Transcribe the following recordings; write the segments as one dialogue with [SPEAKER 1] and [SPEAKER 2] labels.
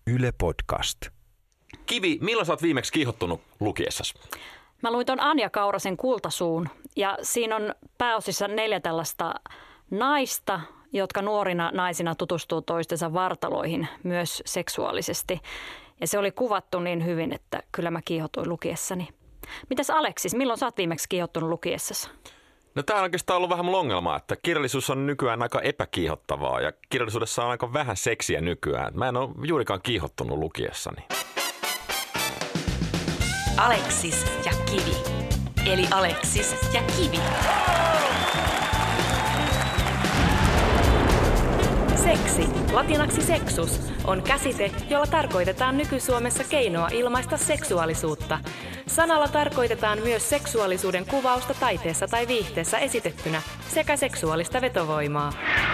[SPEAKER 1] Yle Podcast.
[SPEAKER 2] Kivi, milloin sä oot viimeksi kiihottunut lukiessasi?
[SPEAKER 3] Mä luin ton Anja Kaurasen Kultasuun ja siinä on pääosissa 4 tällaista naista, jotka nuorina naisina tutustuu toistensa vartaloihin myös seksuaalisesti. Ja se oli kuvattu niin hyvin, että kyllä mä kiihotuin lukiessani. Mitäs Aleksis, milloin sä oot viimeksi kiihottunut lukiessasi?
[SPEAKER 2] No tää on oikeastaan ollut vähän mun ongelma, että kirjallisuus on nykyään aika epäkiihottavaa ja kirjallisuudessa on aika vähän seksiä nykyään. Mä en ole juurikaan kiihottunut lukiessani.
[SPEAKER 4] Aleksis ja Kivi. Eli Aleksis ja Kivi. Seksi, latinaksi sexus, on käsite, jolla tarkoitetaan nyky-Suomessa keinoa ilmaista seksuaalisuutta. Sanalla tarkoitetaan myös seksuaalisuuden kuvausta taiteessa tai viihteessä esitettynä sekä seksuaalista vetovoimaa.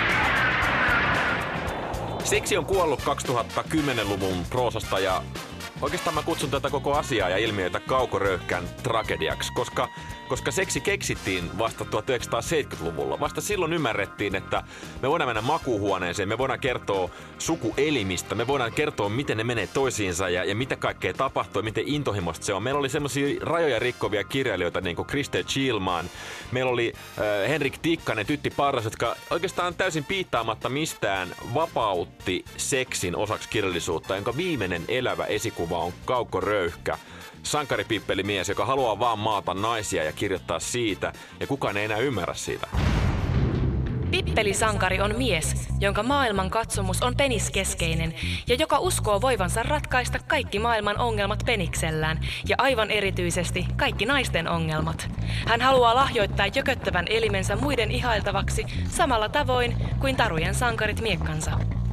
[SPEAKER 2] Seksi on kuollut 2010-luvun proosasta ja oikeastaan mä kutsun tätä koko asiaa ja ilmiöitä kaukoröyhkän tragediaksi, koska seksi keksittiin vasta 1970-luvulla. Vasta silloin ymmärrettiin, että me voidaan mennä makuuhuoneeseen, me voidaan kertoa sukuelimistä, me voidaan kertoa, miten ne menee toisiinsa ja mitä kaikkea tapahtuu, miten intohimoista se on. Meillä oli semmoisia rajoja rikkovia kirjailijoita niin kuin Kriste Chilman, meillä oli Henrik Tikkanen, Tytti Parras, jotka oikeastaan täysin piittaamatta mistään vapautti seksin osaksi kirjallisuutta, jonka viimeinen elävä esikuva on kaukoröyhkä. Sankaripippelimies, joka haluaa vaan maata naisia ja kirjoittaa siitä, ja kukaan ei enää ymmärrä siitä.
[SPEAKER 4] Pippelisankari on mies, jonka maailman katsomus on peniskeskeinen ja joka uskoo voivansa ratkaista kaikki maailman ongelmat peniksellään ja aivan erityisesti kaikki naisten ongelmat. Hän haluaa lahjoittaa jököttävän elimensä muiden ihailtavaksi samalla tavoin kuin tarujen sankarit miekkansa.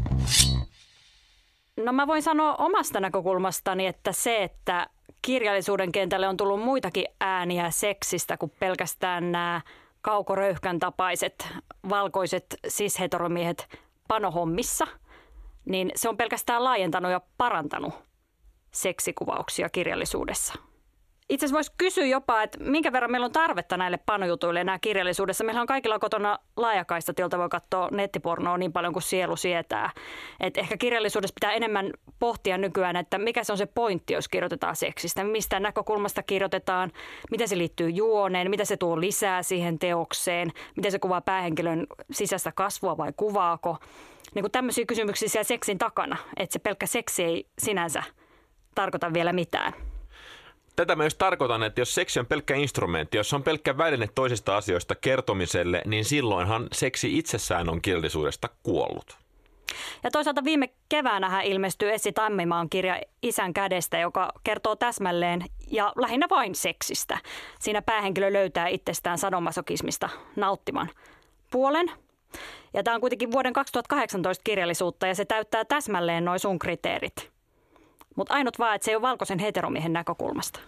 [SPEAKER 3] No mä voin sanoa omasta näkökulmastani, että se, että kirjallisuuden kentälle on tullut muitakin ääniä seksistä kuin pelkästään nämä kaukoröyhkän tapaiset valkoiset cis-heteromiehet panohommissa, niin se on pelkästään laajentanut ja parantanut seksikuvauksia kirjallisuudessa. Itse asiassa voisi kysyä jopa, että minkä verran meillä on tarvetta näille panojutuille enää kirjallisuudessa. Meillä on kaikilla kotona laajakaistat, jolta voi katsoa nettipornoa niin paljon kuin sielu sietää. Et ehkä kirjallisuudessa pitää enemmän pohtia nykyään, että mikä se on se pointti, jos kirjoitetaan seksistä. Mistä näkökulmasta kirjoitetaan, miten se liittyy juoneen, mitä se tuo lisää siihen teokseen, miten se kuvaa päähenkilön sisäistä kasvua vai kuvaako. Niin kuin tämmöisiä kysymyksiä siellä seksin takana, että se pelkkä seksi ei sinänsä tarkoita vielä mitään.
[SPEAKER 2] Tätä mä just tarkoitan, että jos seksi on pelkkä instrumentti, jos on pelkkä väline toisista asioista kertomiselle, niin silloinhan seksi itsessään on kirjallisuudesta kuollut.
[SPEAKER 3] Ja toisaalta viime keväänähän ilmestyi Essi Tammimaan kirja Isän kädestä, joka kertoo täsmälleen ja lähinnä vain seksistä. Siinä päähenkilö löytää itsestään sadomasokismista nauttiman puolen. Ja tämä on kuitenkin vuoden 2018 kirjallisuutta ja se täyttää täsmälleen noi sun kriteerit. Mutta ainut vaan, että se ei ole valkoisen heteromiehen näkökulmasta.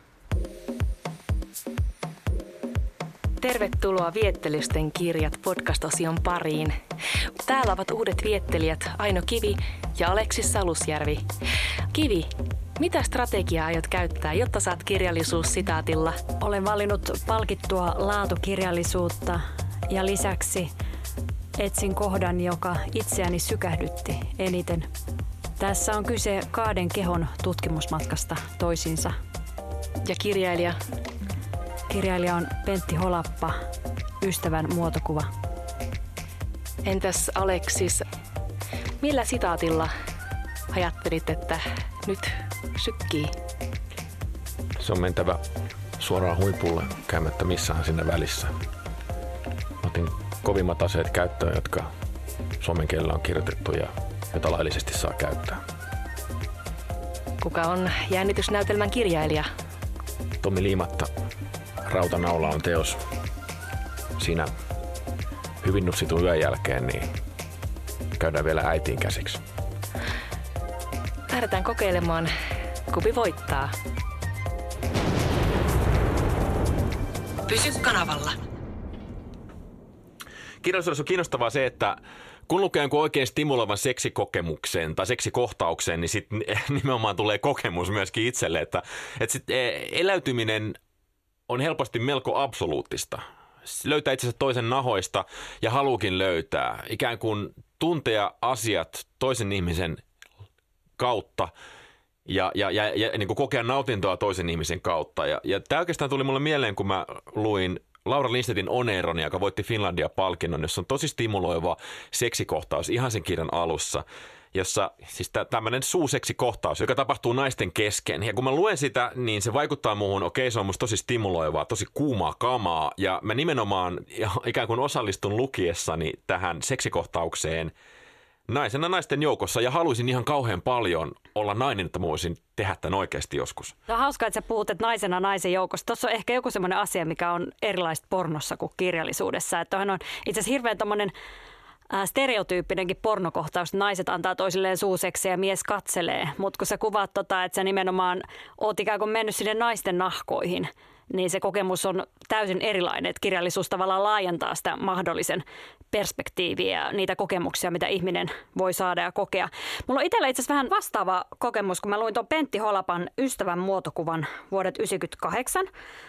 [SPEAKER 4] Tervetuloa Viettelysten kirjat podcast-osion pariin. Täällä ovat uudet viettelijät Aino Kivi ja Aleksis Salusjärvi. Kivi, mitä strategiaa aiot käyttää, jotta saat kirjallisuussitaatilla?
[SPEAKER 3] Olen valinnut palkittua laatukirjallisuutta ja lisäksi etsin kohdan, joka itseäni sykähdytti eniten. Tässä on kyse 2 kehon tutkimusmatkasta toisiinsa.
[SPEAKER 4] Ja kirjailija?
[SPEAKER 3] Kirjailija on Pentti Holappa, Ystävän muotokuva.
[SPEAKER 4] Entäs Aleksis, millä sitaatilla ajattelit, että nyt sykkii?
[SPEAKER 2] Se on mentävä suoraan huipulle, käymättä missään siinä välissä. Otin kovimmat aseet käyttöön, jotka suomen kielellä on kirjoitettu ja jota laillisesti saa käyttää.
[SPEAKER 4] Kuka on jännitysnäytelmän kirjailija?
[SPEAKER 2] Tomi Liimatta, Rautanaula on teos. Siinä hyvin nussitun yön jälkeen niin käydään vielä äitiin käsiksi.
[SPEAKER 4] Lähdetään kokeilemaan, kumpi voittaa. Pysy kanavalla.
[SPEAKER 2] Kirjallisuudessa on kiinnostavaa se, että kun lukee jonkun oikein stimuloivan seksikokemuksen tai seksikohtauksen, niin sitten nimenomaan tulee kokemus myöskin itselle, että sit eläytyminen on helposti melko absoluuttista. Löytää itsensä toisen nahoista ja haluukin löytää. Ikään kuin tuntea asiat toisen ihmisen kautta ja niin kuin kokea nautintoa toisen ihmisen kautta. Ja tämä oikeastaan tuli mulle mieleen, kun mä luin Laura Lindstedtin Oneronia, joka voitti Finlandia-palkinnon, jossa on tosi stimuloiva seksikohtaus ihan sen kirjan alussa, jossa siis tämmöinen suuseksikohtaus, joka tapahtuu naisten kesken. Ja kun mä luen sitä, niin se vaikuttaa muuhun, okei, se on musta tosi stimuloivaa, tosi kuumaa kamaa. Ja mä nimenomaan ikään kuin osallistun lukiessani tähän seksikohtaukseen naisena naisten joukossa ja haluaisin ihan kauhean paljon olla nainen, että mä voisin tehdä tämän oikeasti joskus.
[SPEAKER 3] On hauskaa, että sä puhut, että naisena naisen joukossa. Tuossa on ehkä joku semmoinen asia, mikä on erilaista pornossa kuin kirjallisuudessa. Että on itse asiassa hirveän tommoinen stereotyyppinenkin pornokohtaus. Naiset antaa toisilleen suuseksiä ja mies katselee. Mutta kun sä kuvaat että sä nimenomaan oot ikään kuin mennyt sinne naisten nahkoihin, niin se kokemus on täysin erilainen. Että kirjallisuus tavallaan laajentaa sitä mahdollisen perspektiiviä ja niitä kokemuksia, mitä ihminen voi saada ja kokea. Mulla on itsellä itse asiassa vähän vastaava kokemus, kun mä luin tuon Pentti Holapan Ystävän muotokuvan vuodet 1998.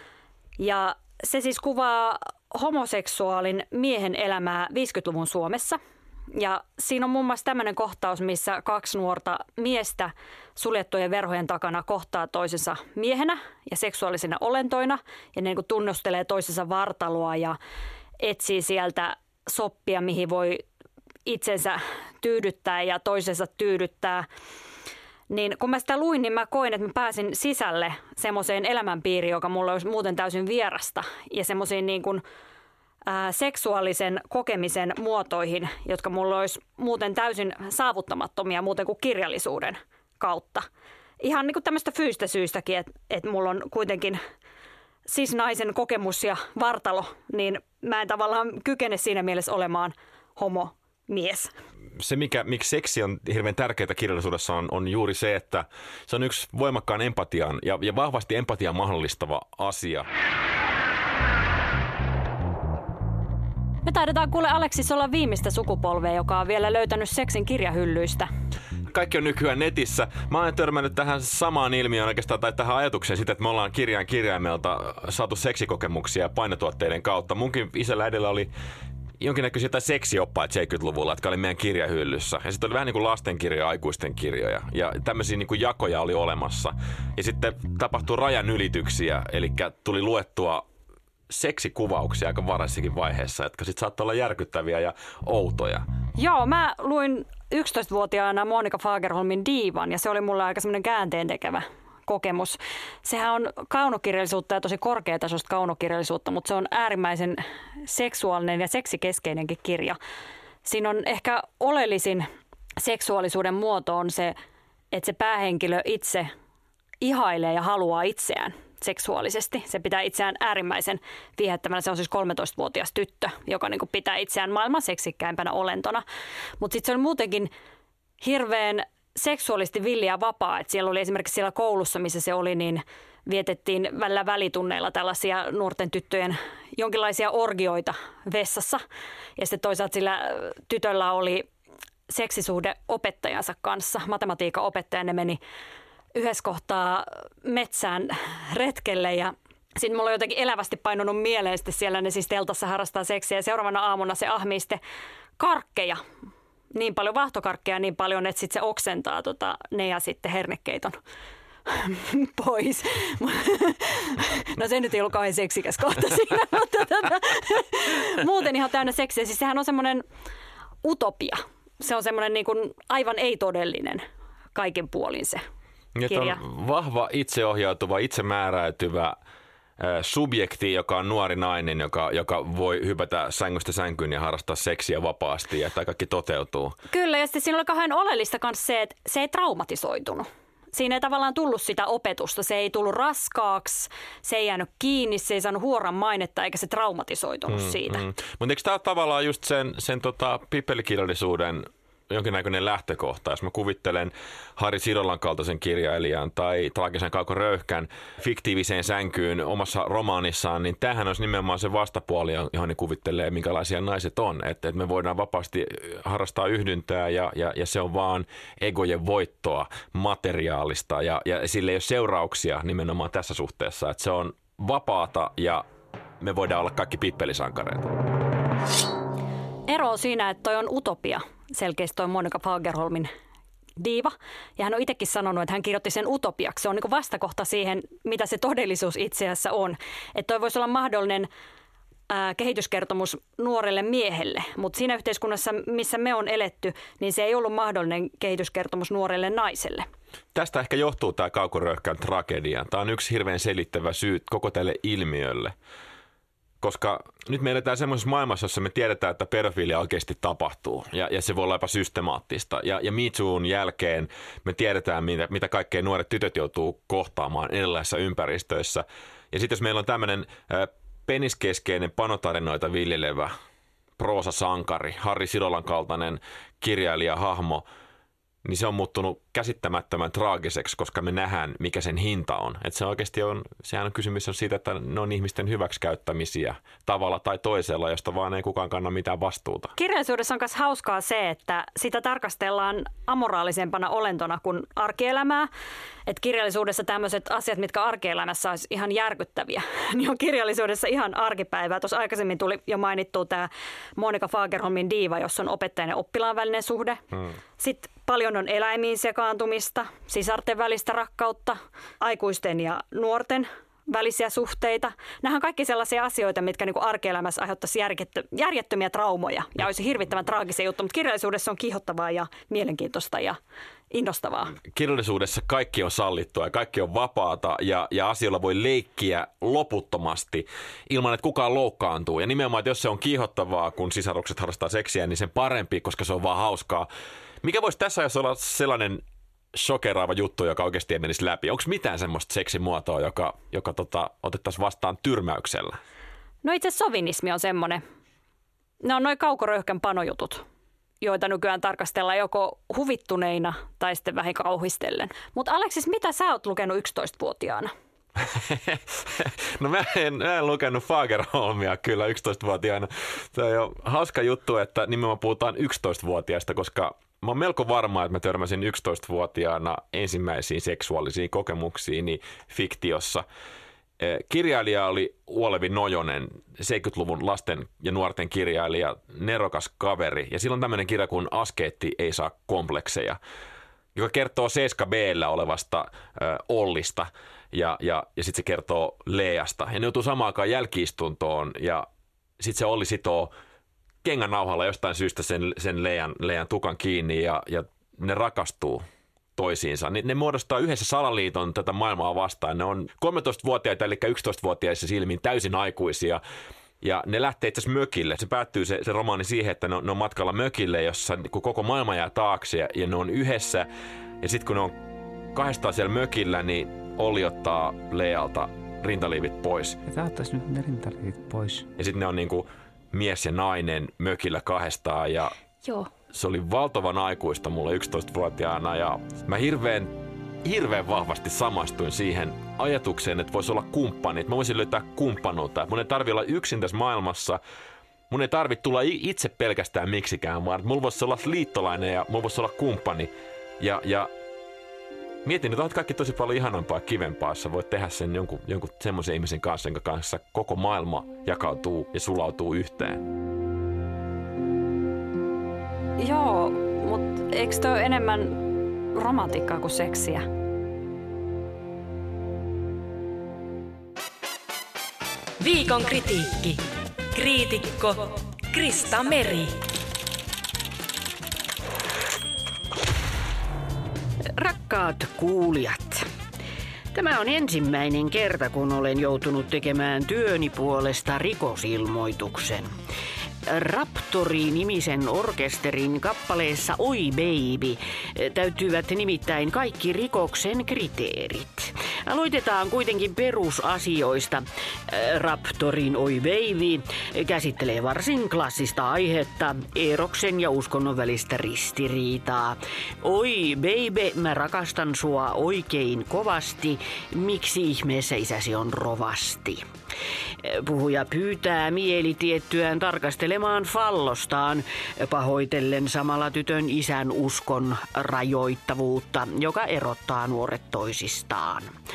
[SPEAKER 3] Ja se siis kuvaa homoseksuaalin miehen elämää 50-luvun Suomessa. Ja siinä on muun muassa tämmöinen kohtaus, missä 2 nuorta miestä suljettujen verhojen takana kohtaa toisensa miehenä ja seksuaalisina olentoina. Ja ne niin kuin tunnustelee toisensa vartaloa ja etsii sieltä soppia, mihin voi itsensä tyydyttää ja toisensa tyydyttää. Niin kun mä sitä luin, niin mä koin, että mä pääsin sisälle semmoiseen elämänpiiriin, joka mulla olisi muuten täysin vierasta. Ja semmoisiin niin kuin seksuaalisen kokemisen muotoihin, jotka mulla olisi muuten täysin saavuttamattomia muuten kuin kirjallisuuden kautta. Ihan niin kuin tämmöistä fyysistä syystäkin, että mulla on kuitenkin cis-naisen kokemus ja vartalo, niin mä en tavallaan kykene siinä mielessä olemaan homomies.
[SPEAKER 2] Se, miksi seksi on hirveän tärkeää kirjallisuudessa, on juuri se, että se on yksi voimakkaan empatian ja vahvasti empatian mahdollistava asia.
[SPEAKER 3] Me taidetaan kuule Aleksis olla viimeistä sukupolvea, joka on vielä löytänyt seksin kirjahyllyistä.
[SPEAKER 2] Kaikki on nykyään netissä. Mä olen törmännyt tähän samaan ilmiöön oikeastaan tai tähän ajatukseen siitä, että me ollaan kirjaimelta saatu seksikokemuksia painotuotteiden kautta. Munkin isällä edellä oli jonkinnäköisiä jotain seksioppaita 70-luvulla, jotka oli meidän kirjahyllyssä. Ja sitten oli vähän niin kuin lastenkirjoja, aikuisten kirjoja. Ja tämmöisiä niin kuin jakoja oli olemassa. Ja sitten tapahtui rajan ylityksiä, eli tuli luettua seksikuvauksia aika varhaisessakin vaiheessa, jotka sitten saattoi olla järkyttäviä ja outoja.
[SPEAKER 3] Joo, mä luin 11-vuotiaana Monika Fagerholmin Diivan ja se oli mulle aika semmoinen käänteentekevä kokemus. Sehän on kaunokirjallisuutta ja tosi korkeatasoista kaunokirjallisuutta, mutta se on äärimmäisen seksuaalinen ja seksikeskeinenkin kirja. Siinä on ehkä oleellisin seksuaalisuuden muoto on se, että se päähenkilö itse ihailee ja haluaa itseään seksuaalisesti. Se pitää itseään äärimmäisen viehättävänä. Se on siis 13-vuotias tyttö, joka niin kuin pitää itseään maailman seksikkäimpänä olentona. Mutta sitten se on muutenkin hirveän seksuaalisesti villi ja vapaa. Et siellä oli esimerkiksi siellä koulussa, missä se oli, niin vietettiin välillä välitunneilla tällaisia nuorten tyttöjen jonkinlaisia orgioita vessassa. Ja sitten toisaalta sillä tytöllä oli seksisuhde opettajansa kanssa, matematiikan opettaja. Ne meni yhdessä kohtaa metsään retkelle ja sitten mulla on jotenkin elävästi painunut mieleen sitten siellä ne siis teltassa harrastaa seksiä ja seuraavana aamuna se ahmii sitten karkkeja. Niin paljon vaahtokarkkeja niin paljon, että sitten se oksentaa ne ja sitten hernekeiton pois. No se nyt ei ollut kauhean seksikäs kohta siinä, mutta muuten ihan täynnä seksiä. Siis sehän on semmoinen utopia. Se on semmoinen niin kuin aivan ei-todellinen kaiken puolin se kirja.
[SPEAKER 2] On vahva, itseohjautuva, itsemääräytyvä subjekti, joka on nuori nainen, joka voi hypätä sängystä sänkyyn ja harrastaa seksiä vapaasti ja tämä kaikki toteutuu.
[SPEAKER 3] Kyllä, ja sitten siinä oli kauhean oleellista myös se, että se ei traumatisoitunut. Siinä ei tavallaan tullut sitä opetusta, se ei tullut raskaaksi, se ei jäänyt kiinni, se ei saanut huoran mainetta eikä se traumatisoitunut siitä.
[SPEAKER 2] Mutta eikö tämä tavallaan just sen pippelikirjallisuuden jonkinnäköinen lähtökohta. Jos mä kuvittelen Harri Sirolan kaltaisen kirjailijan tai Traagisen Kauko Röyhkän fiktiiviseen sänkyyn omassa romaanissaan, niin tämähän olisi nimenomaan se vastapuoli, johon ne kuvittelee, minkälaisia naiset on. Että me voidaan vapaasti harrastaa yhdyntää ja se on vaan egojen voittoa materiaalista ja sille ei ole seurauksia nimenomaan tässä suhteessa. Että se on vapaata ja me voidaan olla kaikki pippelisankareita.
[SPEAKER 3] Ero on siinä, että toi on utopia. Selkeästi toi Monika Fagerholmin diiva. Ja hän on itsekin sanonut, että hän kirjoitti sen utopiaksi. Se on niin kuin vastakohta siihen, mitä se todellisuus itse asiassa on. Että toi voisi olla mahdollinen kehityskertomus nuorelle miehelle, mutta siinä yhteiskunnassa, missä me on eletty, niin se ei ollut mahdollinen kehityskertomus nuorelle naiselle.
[SPEAKER 2] Tästä ehkä johtuu tämä Kaukoröhkän tragedia. Tämä on yksi hirveän selittävä syy koko tälle ilmiölle. Koska nyt me eletään semmoisessa maailmassa, jossa me tiedetään, että pedofiilia oikeasti tapahtuu ja se voi olla jopa systemaattista. Ja Me Toon jälkeen me tiedetään, mitä kaikkea nuoret tytöt joutuu kohtaamaan erilaisissa ympäristöissä. Ja sitten jos meillä on tämmöinen peniskeskeinen panotarinoita viljelevä proosasankari, Harri Silolan kaltainen kirjailijahahmo, niin se on muuttunut käsittämättömän traagiseksi, koska me nähdään, mikä sen hinta on. Että se oikeasti sehän on kysymys on siitä, että ne on ihmisten hyväksikäyttämisiä tavalla tai toisella, josta vaan ei kukaan kanna mitään vastuuta.
[SPEAKER 3] Kirjallisuudessa on myös hauskaa se, että sitä tarkastellaan amoraalisempana olentona kuin arkielämää. Että kirjallisuudessa tämmöiset asiat, mitkä arkielämässä olisi ihan järkyttäviä, niin on kirjallisuudessa ihan arkipäivää. Tuossa aikaisemmin tuli jo mainittua tämä Monika Fagerholmin diiva, jossa on opettajan ja oppilaan välinen suhde. Sitten paljon on eläimiin sekaantumista, sisarten välistä rakkautta, aikuisten ja nuorten välisiä suhteita. Nämä on kaikki sellaisia asioita, mitkä niin kuin arkielämässä aiheuttaisi järjettömiä traumoja ja olisi hirvittävän traagisia juttuja, mutta kirjallisuudessa on kiihottavaa ja mielenkiintoista ja innostavaa.
[SPEAKER 2] Kirjallisuudessa kaikki on sallittua ja kaikki on vapaata ja asioilla voi leikkiä loputtomasti ilman, että kukaan loukkaantuu. Ja nimenomaan, että jos se on kiihottavaa, kun sisarukset harrastaa seksiä, niin sen parempi, koska se on vaan hauskaa. Mikä voisi tässä ajassa olla sellainen shokeraava juttu, joka oikeasti ei menisi läpi? Onko mitään semmoista seksimuotoa, joka otettaisiin vastaan tyrmäyksellä?
[SPEAKER 3] No itse sovinismi on semmoinen. Ne on noin Kaukoröhkän panojutut, joita nykyään tarkastellaan joko huvittuneina tai sitten vähän kauhistellen. Mutta Aleksis, mitä sä oot lukenut 11-vuotiaana?
[SPEAKER 2] No mä en lukenut Fagerholmia kyllä 11-vuotiaana. Se on jo hauska juttu, että nimenomaan puhutaan 11-vuotiaista, koska mä oon melko varma, että mä törmäsin 11-vuotiaana ensimmäisiin seksuaalisiin kokemuksiini fiktiossa. Kirjailija oli Uolevi Nojonen, 70-luvun lasten ja nuorten kirjailija, nerokas kaveri. Ja silloin tämmöinen kirja kuin Askeetti ei saa komplekseja, joka kertoo 7B:llä olevasta Ollista ja sitten se kertoo Leasta. Ja ne joutuu samaan aikaan jälki-istuntoon ja sitten se Olli sitoo kengänauhalla jostain syystä sen Lean tukan kiinni ja ne rakastuu toisiinsa. Ne muodostaa yhdessä salaliiton tätä maailmaa vastaan. Ne on 13-vuotiaita, eli 11-vuotiaissa silmiin täysin aikuisia. Ja ne lähtee itse asiassa mökille. Se päättyy se romaani siihen, että ne on matkalla mökille, jossa koko maailma jää taakse ja ne on yhdessä. Ja sitten kun ne on kahdestaan siellä mökillä, niin Olli ottaa Lealta rintaliivit pois.
[SPEAKER 1] Ja ottaisi nyt ne rintaliivit pois.
[SPEAKER 2] Ja sitten ne on niinku mies ja nainen mökillä kahdestaan ja
[SPEAKER 3] Joo.
[SPEAKER 2] Se oli valtavan aikuista mulle 11-vuotiaana ja mä hirveän vahvasti samastuin siihen ajatukseen, että voisi olla kumppani, että mä voisin löytää kumppanuutta. Mun ei tarvitse olla yksin tässä maailmassa, mun ei tarvitse tulla itse pelkästään miksikään, vaan mulla voisi olla liittolainen ja mulla voisi olla kumppani. Ja mietin, että olet kaikki tosi paljon ihanampaa ja kivempaa, jos sä voit tehdä sen jonkun semmoisen ihmisen kanssa, jonka kanssa koko maailma jakautuu ja sulautuu yhteen.
[SPEAKER 3] Joo, mutta eikö toi enemmän romantiikkaa kuin seksiä?
[SPEAKER 4] Viikon kritiikki. Kriitikko Krista Meri.
[SPEAKER 5] Rakkaat kuulijat, tämä on ensimmäinen kerta, kun olen joutunut tekemään työni puolesta rikosilmoituksen. Raptori-nimisen orkesterin kappaleessa Oi Baby täyttyvät nimittäin kaikki rikoksen kriteerit. Aloitetaan kuitenkin perusasioista. Raptorin Oi Baby käsittelee varsin klassista aihetta, eroksen ja uskonnon välistä ristiriitaa. Oi baby, mä rakastan sua oikein kovasti, miksi ihmeessä isäsi on rovasti? Puhuja pyytää mielitiettyään tarkastelemaan fallostaan, pahoitellen samalla tytön isän uskon rajoittavuutta, joka erottaa nuoret toisistaan.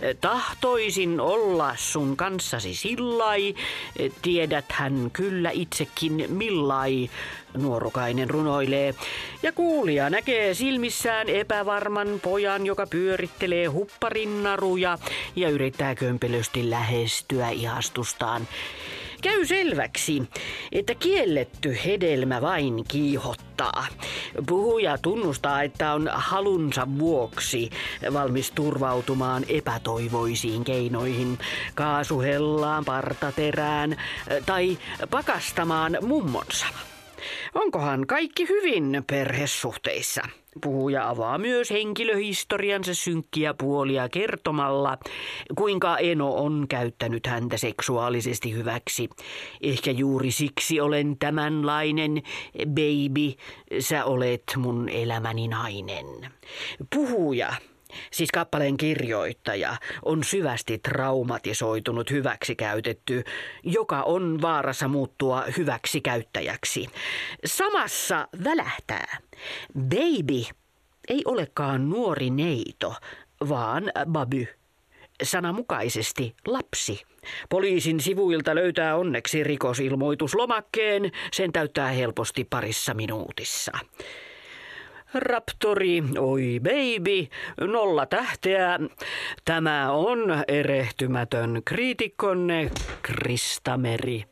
[SPEAKER 5] Tahtoisin olla sun kanssasi sillai, tiedäthän kyllä itsekin millai, nuorukainen runoilee. Ja kuulija näkee silmissään epävarman pojan, joka pyörittelee hupparinnaruja ja yrittää kömpelösti lähestyä ihastustaan. Käy selväksi, että kielletty hedelmä vain kiihottaa. Puhuja tunnustaa, että on halunsa vuoksi valmis turvautumaan epätoivoisiin keinoihin, kaasuhellaan, partaterään tai pakastamaan mummonsa. Onkohan kaikki hyvin perhesuhteissa? Puhuja avaa myös henkilöhistoriansa synkkiä puolia kertomalla, kuinka Eno on käyttänyt häntä seksuaalisesti hyväksi. Ehkä juuri siksi olen tämänlainen, baby, sä olet mun elämäni nainen. Puhuja, siis kappaleen kirjoittaja, on syvästi traumatisoitunut hyväksikäytetty, joka on vaarassa muuttua hyväksikäyttäjäksi. Samassa välähtää. Baby ei olekaan nuori neito, vaan baby. Sanamukaisesti lapsi. Poliisin sivuilta löytää onneksi rikosilmoituslomakkeen. Sen täyttää helposti parissa minuutissa. Raptori, oi baby, 0 tähteä. Tämä on erehtymätön kriitikkonne Krista Meri.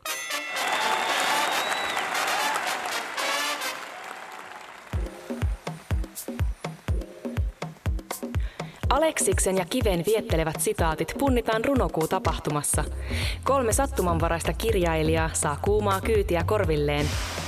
[SPEAKER 4] Aleksiksen ja Kiven viettelevät sitaatit punnitaan Runokuu-tapahtumassa. 3 sattumanvaraista kirjailijaa saa kuumaa kyytiä korvilleen.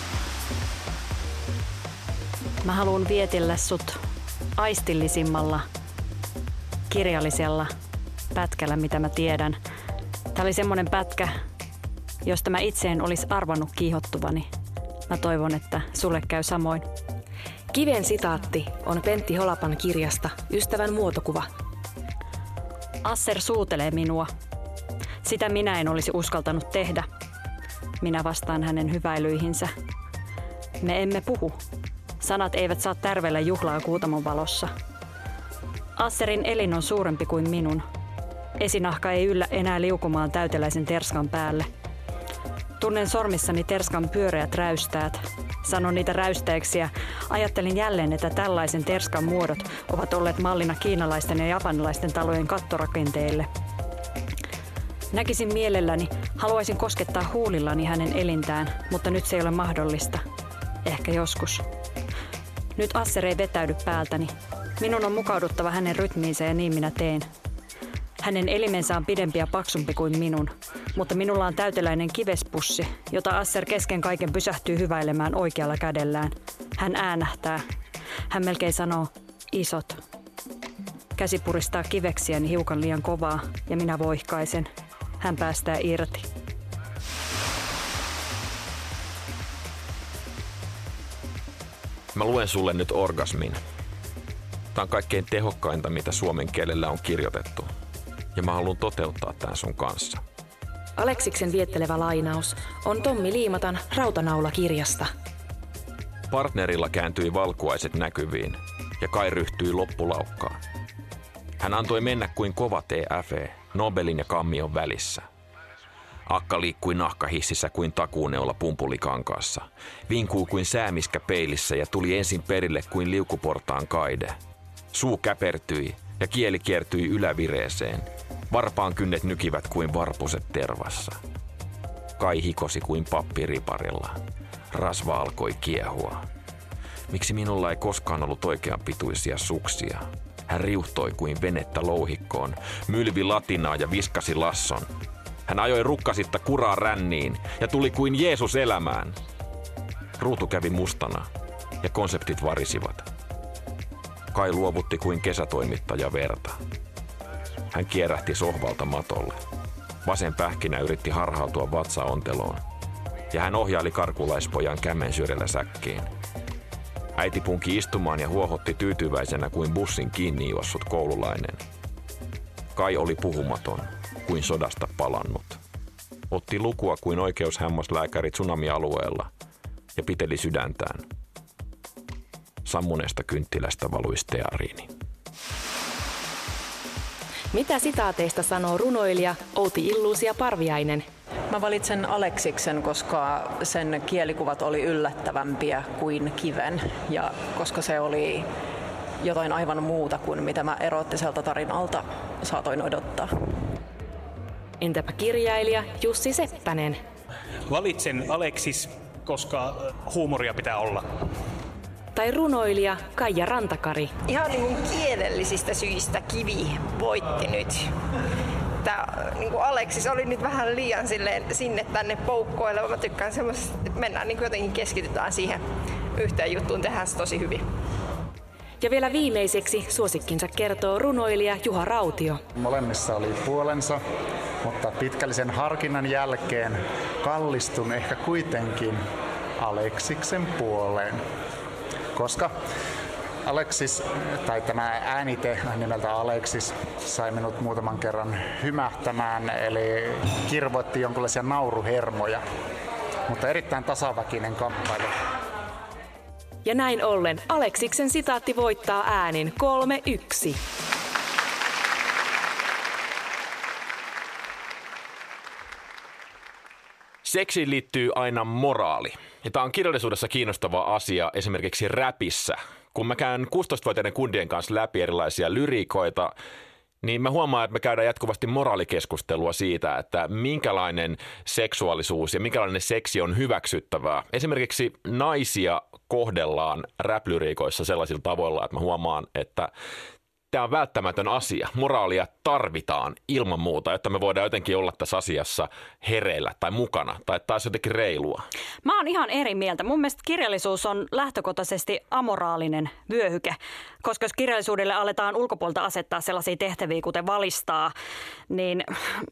[SPEAKER 3] Mä haluan vietellä sut aistillisimmalla kirjallisella pätkällä, mitä mä tiedän. Tää oli semmonen pätkä, josta mä itse en olisi arvannut kiihottuvani. Mä toivon, että sulle käy samoin.
[SPEAKER 4] Kiven sitaatti on Pentti Holapan kirjasta Ystävän muotokuva.
[SPEAKER 3] Asser suutelee minua. Sitä minä en olisi uskaltanut tehdä. Minä vastaan hänen hyväilyihinsä. Me emme puhu. Sanat eivät saa tärvellä juhlaa Kuutamon valossa. Asserin elin on suurempi kuin minun. Esinahka ei yllä enää liukumaan täyteläisen terskan päälle. Tunnen sormissani terskan pyöreät räystäät. Sanon niitä räystäiksi ja ajattelin jälleen, että tällaisen terskan muodot ovat olleet mallina kiinalaisten ja japanilaisten talojen kattorakenteille. Näkisin mielelläni, haluaisin koskettaa huulillani hänen elintään, mutta nyt se ei ole mahdollista. Ehkä joskus. Nyt Asser ei vetäydy päältäni. Minun on mukauduttava hänen rytmiinsä ja niin minä teen. Hänen elimensä on pidempi ja paksumpi kuin minun, mutta minulla on täyteläinen kivespussi, jota Asser kesken kaiken pysähtyy hyväilemään oikealla kädellään. Hän äänähtää. Hän melkein sanoo, isot. Käsi puristaa kiveksiäni hiukan liian kovaa ja minä voihkaisen. Hän päästää irti.
[SPEAKER 2] Mä luen sulle nyt orgasmin. Tää on kaikkein tehokkainta, mitä suomen kielellä on kirjoitettu. Ja mä haluan toteuttaa tän sun kanssa.
[SPEAKER 4] Aleksiksen viettelevä lainaus on Tommi Liimatan Rautanaula-kirjasta.
[SPEAKER 2] Partnerilla kääntyi valkuaiset näkyviin ja Kai ryhtyi loppulaukkaan. Hän antoi mennä kuin kova TFE Nobelin ja kammion välissä. Akka liikkui nahkahississä kuin takuuneula pumpulikankaassa. Vinkui kuin säämiskä peilissä ja tuli ensin perille kuin liukuportaan kaide. Suu käpertyi ja kieli kiertyi ylävireeseen. Varpaan kynnet nykivät kuin varpuset tervassa. Kai hikosi kuin pappi riparilla. Rasva alkoi kiehua. Miksi minulla ei koskaan ollut oikean pituisia suksia? Hän riuhtoi kuin venettä louhikkoon, mylvi latinaa ja viskasi lasson. Hän ajoi rukkasitta kuraa ränniin ja tuli kuin Jeesus elämään. Ruutu kävi mustana ja konseptit varisivat. Kai luovutti kuin kesätoimittaja verta. Hän kierähti sohvalta matolle. Vasen pähkinä yritti harhautua vatsaonteloon. Ja hän ohjaili karkulaispojan kämmen syrjällä säkkiin. Äiti punki istumaan ja huohotti tyytyväisenä kuin bussin kiinni juossut koululainen. Kai oli puhumaton, kuin sodasta palannut. Otti lukua kuin oikeushammaslääkäri tsunamialueella ja piteli sydäntään. Sammuneesta kynttilästä valui steariini.
[SPEAKER 4] Mitä sitaateista sanoo runoilija Outi Illuusia Parviainen?
[SPEAKER 6] Mä valitsen Aleksiksen, koska sen kielikuvat oli yllättävämpiä kuin Kiven ja koska se oli jotain aivan muuta kuin mitä mä eroottiselta tarinalta saatoin odottaa.
[SPEAKER 4] Entäpä kirjailija Jussi Seppänen?
[SPEAKER 7] Valitsen Aleksis, koska huumoria pitää olla.
[SPEAKER 4] Tai runoilija Kaija Rantakari?
[SPEAKER 8] Ihan niin kuin kielellisistä syistä Kivi voitti nyt. Niin kuin Aleksis oli nyt vähän liian sinne tänne poukkoileva. Mä tykkään semmoisesta, että mennään niin kuin jotenkin keskitytään siihen yhteen juttuun, tehdään se tosi hyvin.
[SPEAKER 4] Ja vielä viimeiseksi suosikkinsa kertoo runoilija Juha Rautio.
[SPEAKER 9] Molemmissa oli puolensa, mutta pitkällisen harkinnan jälkeen kallistun ehkä kuitenkin Aleksiksen puoleen. Koska Aleksis, tai tämä äänite nimeltä Aleksis, sai minut muutaman kerran hymähtämään, eli kirvoitti jonkinlaisia nauruhermoja, mutta erittäin tasaväkinen kamppailu.
[SPEAKER 4] Ja näin ollen Aleksiksen sitaatti voittaa äänin 3-1.
[SPEAKER 2] Seksiin liittyy aina moraali. Ja tämä on kirjallisuudessa kiinnostava asia esimerkiksi räpissä. Kun mä käyn 16-vuotiaiden kundien kanssa läpi erilaisia lyriikoita, niin mä huomaan, että me käydään jatkuvasti moraalikeskustelua siitä, että minkälainen seksuaalisuus ja minkälainen seksi on hyväksyttävää. Esimerkiksi naisia kohdellaan rap-lyriikoissa sellaisilla tavoilla, että mä huomaan, että tämä on välttämätön asia. Moraalia tarvitaan ilman muuta, että me voidaan jotenkin olla tässä asiassa hereillä tai mukana tai taas jotenkin reilua.
[SPEAKER 3] Mä oon ihan eri mieltä. Mun mielestä kirjallisuus on lähtökohtaisesti amoraalinen vyöhyke, koska jos kirjallisuudelle aletaan ulkopuolelta asettaa sellaisia tehtäviä, kuten valistaa, niin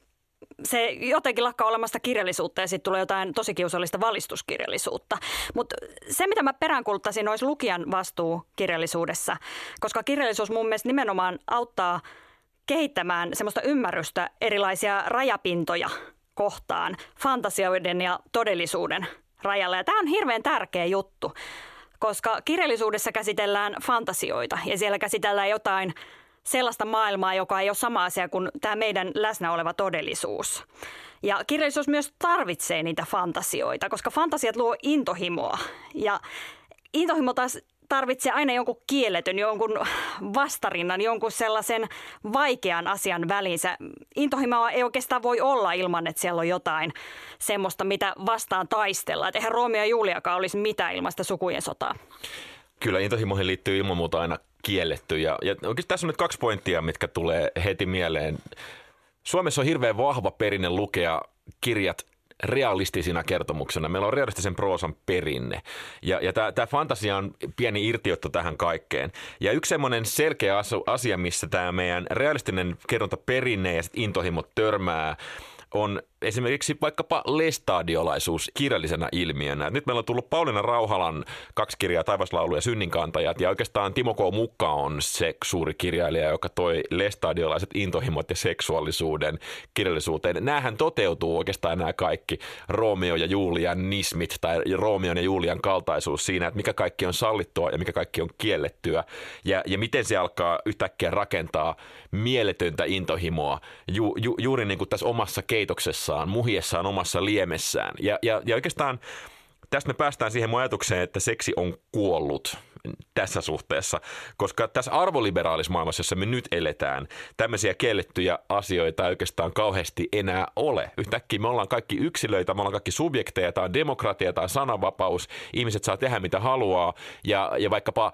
[SPEAKER 3] se jotenkin lakkaa olemasta kirjallisuutta ja sitten tulee jotain tosi kiusallista valistuskirjallisuutta. Mutta se, mitä mä peräänkuuluttaisin, olisi lukijan vastuu kirjallisuudessa, koska kirjallisuus mun mielestä nimenomaan auttaa kehittämään semmoista ymmärrystä erilaisia rajapintoja kohtaan, fantasioiden ja todellisuuden rajalla. Ja tämä on hirveän tärkeä juttu, koska kirjallisuudessa käsitellään fantasioita ja siellä käsitellään jotain sellaista maailmaa, joka ei ole sama asia kuin tämä meidän läsnä oleva todellisuus. Ja kirjallisuus myös tarvitsee niitä fantasioita, koska fantasiat luo intohimoa. Ja intohimo taas tarvitsee aina jonkun kielletyn, jonkun vastarinnan, jonkun sellaisen vaikean asian välinsä. Intohimoa ei oikeastaan voi olla ilman, että siellä on jotain semmoista, mitä vastaan taistellaan. Et eihän Roomeo ja Juliakaan olisi mitään ilman sitä sukujen sotaa.
[SPEAKER 2] Kyllä intohimoihin liittyy ilman muuta aina kielletty. Ja oikeasti tässä on nyt 2 pointtia, mitkä tulee heti mieleen. Suomessa on hirveän vahva perinne lukea kirjat realistisina kertomuksena. Meillä on realistisen proosan perinne. Ja tämä fantasia on pieni irtiotto tähän kaikkeen. Ja yksi semmoinen selkeä asia, missä tämä meidän realistinen kerrontaperinne ja intohimot törmää, on esimerkiksi vaikkapa lestadiolaisuus kirjallisena ilmiönä. Nyt meillä on tullut Pauliina Rauhalan 2 kirjaa, Taivaslaulu ja Synninkantajat, ja oikeastaan Timo K. Mukka on se suuri kirjailija, joka toi lestadiolaiset intohimot ja seksuaalisuuden kirjallisuuteen. Näähän toteutuu oikeastaan nämä kaikki Romeo ja Julian nismit tai Romeon ja Julian kaltaisuus siinä, että mikä kaikki on sallittua ja mikä kaikki on kiellettyä ja miten se alkaa yhtäkkiä rakentaa mieletöntä intohimoa juuri niin kuin tässä omassa keitoksessa, muhiessaan omassa liemessään. Ja oikeastaan tästä me päästään siihen mun ajatukseen, että seksi on kuollut tässä suhteessa, koska tässä arvoliberaalisessa maailmassa, jossa me nyt eletään, tämmöisiä kiellettyjä asioita ei oikeastaan kauheasti enää ole. Yhtäkkiä me ollaan kaikki yksilöitä, me ollaan kaikki subjekteja, tämä on demokratia, tämä on sananvapaus, ihmiset saa tehdä mitä haluaa ja vaikkapa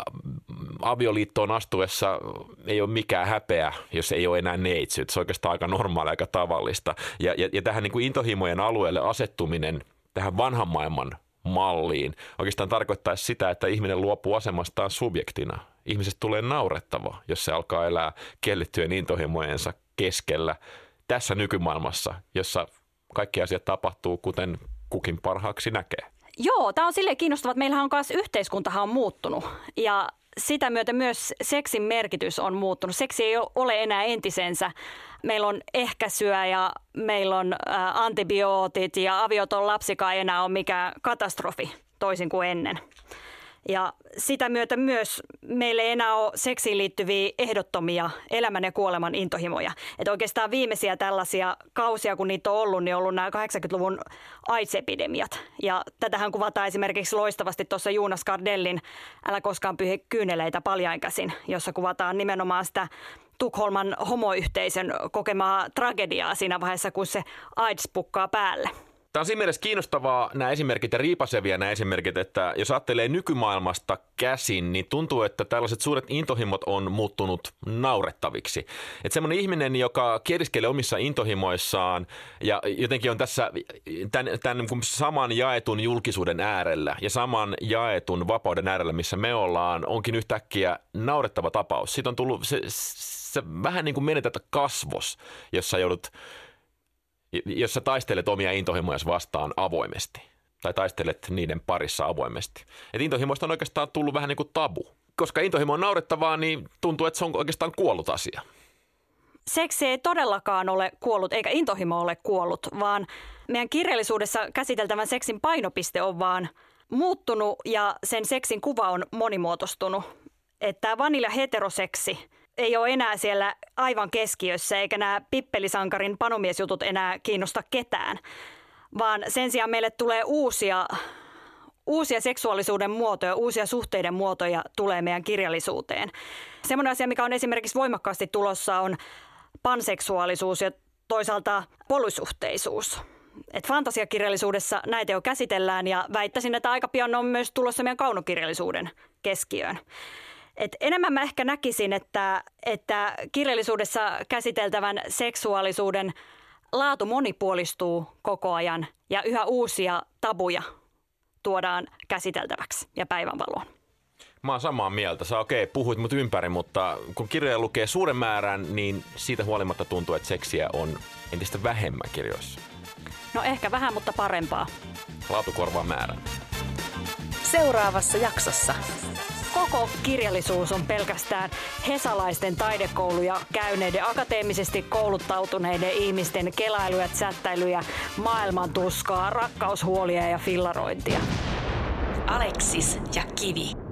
[SPEAKER 2] avioliittoon astuessa ei ole mikään häpeä, jos ei ole enää neitsyt. Se on oikeastaan aika normaalia, aika tavallista. Ja tähän niin kuin intohimojen alueelle asettuminen tähän vanhan maailman malliin oikeastaan tarkoittaisi sitä, että ihminen luopuu asemastaan subjektina. Ihmisestä tulee naurettava, jos se alkaa elää kiellettyjen intohimojensa keskellä tässä nykymaailmassa, jossa kaikki asiat tapahtuu, kuten kukin parhaaksi näkee.
[SPEAKER 3] Joo, tämä on silleen kiinnostavaa, että meillähän on myös yhteiskuntahan on muuttunut ja sitä myötä myös seksin merkitys on muuttunut. Seksi ei ole enää entisensä. Meillä on ehkäisyä ja meillä on antibiootit ja avioton lapsikaan ei enää ole mikään katastrofi toisin kuin ennen. Ja sitä myötä myös meille ei enää ole seksiin liittyviä ehdottomia elämän ja kuoleman intohimoja. Että oikeastaan viimeisiä tällaisia kausia, kun niitä on ollut, niin on ollut nämä 80-luvun AIDS-epidemiat. Ja tätähän kuvataan esimerkiksi loistavasti tuossa Jonas Gardellin Älä koskaan pyyhi kyyneleitä paljain käsin, jossa kuvataan nimenomaan sitä Tukholman homoyhteisön kokemaa tragediaa siinä vaiheessa, kun se AIDS pukkaa päälle.
[SPEAKER 2] Tämä on siinä mielessä kiinnostavaa nämä esimerkit ja riipasevia nämä esimerkit, että jos ajattelee nykymaailmasta käsin, niin tuntuu, että tällaiset suuret intohimot on muuttunut naurettaviksi. Että semmoinen ihminen, joka kieriskelee omissa intohimoissaan ja jotenkin on tässä tämän saman jaetun julkisuuden äärellä ja saman jaetun vapauden äärellä, missä me ollaan, onkin yhtäkkiä naurettava tapaus. Siitä on tullut se vähän niin kuin menetät kasvos, jos sä taistelet omia intohimoja vastaan avoimesti tai taistelet niiden parissa avoimesti. Et intohimoista on oikeastaan tullut vähän niin kuin tabu. Koska intohimo on naurettavaa, niin tuntuu, että se on oikeastaan kuollut asia.
[SPEAKER 3] Seksi ei todellakaan ole kuollut, eikä intohimo ole kuollut, vaan meidän kirjallisuudessa käsiteltävän seksin painopiste on vaan muuttunut ja sen seksin kuva on monimuotoistunut. Että vanilja heteroseksi ei ole enää siellä aivan keskiössä, eikä nämä Pippelisankarin panomiesjutut enää kiinnosta ketään, vaan sen sijaan meille tulee uusia seksuaalisuuden muotoja, uusia suhteiden muotoja tulee meidän kirjallisuuteen. Semmoinen asia, mikä on esimerkiksi voimakkaasti tulossa, on panseksuaalisuus ja toisaalta polysuhteisuus. Et fantasiakirjallisuudessa näitä jo käsitellään ja väittäisin, että aika pian on myös tulossa meidän kaunokirjallisuuden keskiöön. Et enemmän mä ehkä näkisin, että kirjallisuudessa käsiteltävän seksuaalisuuden laatu monipuolistuu koko ajan ja yhä uusia tabuja tuodaan käsiteltäväksi ja päivänvaloon.
[SPEAKER 2] Mä oon samaa mieltä. Sä puhuit mut ympäri, mutta kun kirjoja lukee suuren määrän, niin siitä huolimatta tuntuu, että seksiä on entistä vähemmän kirjoissa.
[SPEAKER 3] No ehkä vähän, mutta parempaa.
[SPEAKER 2] Laatu korvaa määrän.
[SPEAKER 4] Seuraavassa jaksossa.
[SPEAKER 3] Koko kirjallisuus on pelkästään hesalaisten taidekouluja käyneiden akateemisesti kouluttautuneiden ihmisten kelailuja, tsättäilyjä, maailmantuskaa, rakkaushuolia ja fillarointia.
[SPEAKER 4] Aleksis ja Kivi.